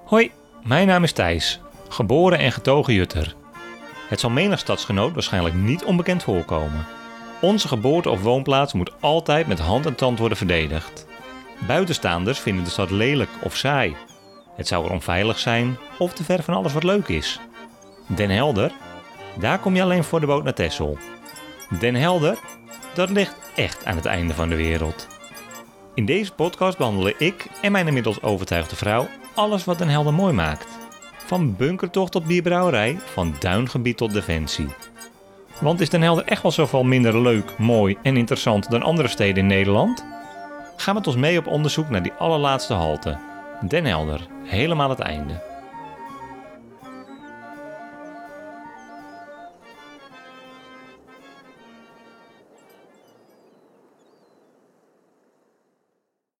Hoi, mijn naam is Thijs, geboren en getogen Jutter. Het zal menig stadsgenoot waarschijnlijk niet onbekend voorkomen. Onze geboorte of woonplaats moet altijd met hand en tand worden verdedigd. Buitenstaanders vinden de stad lelijk of saai. Het zou er onveilig zijn of te ver van alles wat leuk is. Den Helder? Daar kom je alleen voor de boot naar Texel. Den Helder? Dat ligt echt aan het einde van de wereld. In deze podcast behandelen ik en mijn inmiddels overtuigde vrouw alles wat Den Helder mooi maakt. Van bunkertocht tot bierbrouwerij, van duingebied tot defensie. Want is Den Helder echt wel zoveel minder leuk, mooi en interessant dan andere steden in Nederland? Ga met ons mee op onderzoek naar die allerlaatste halte. Den Helder, helemaal het einde.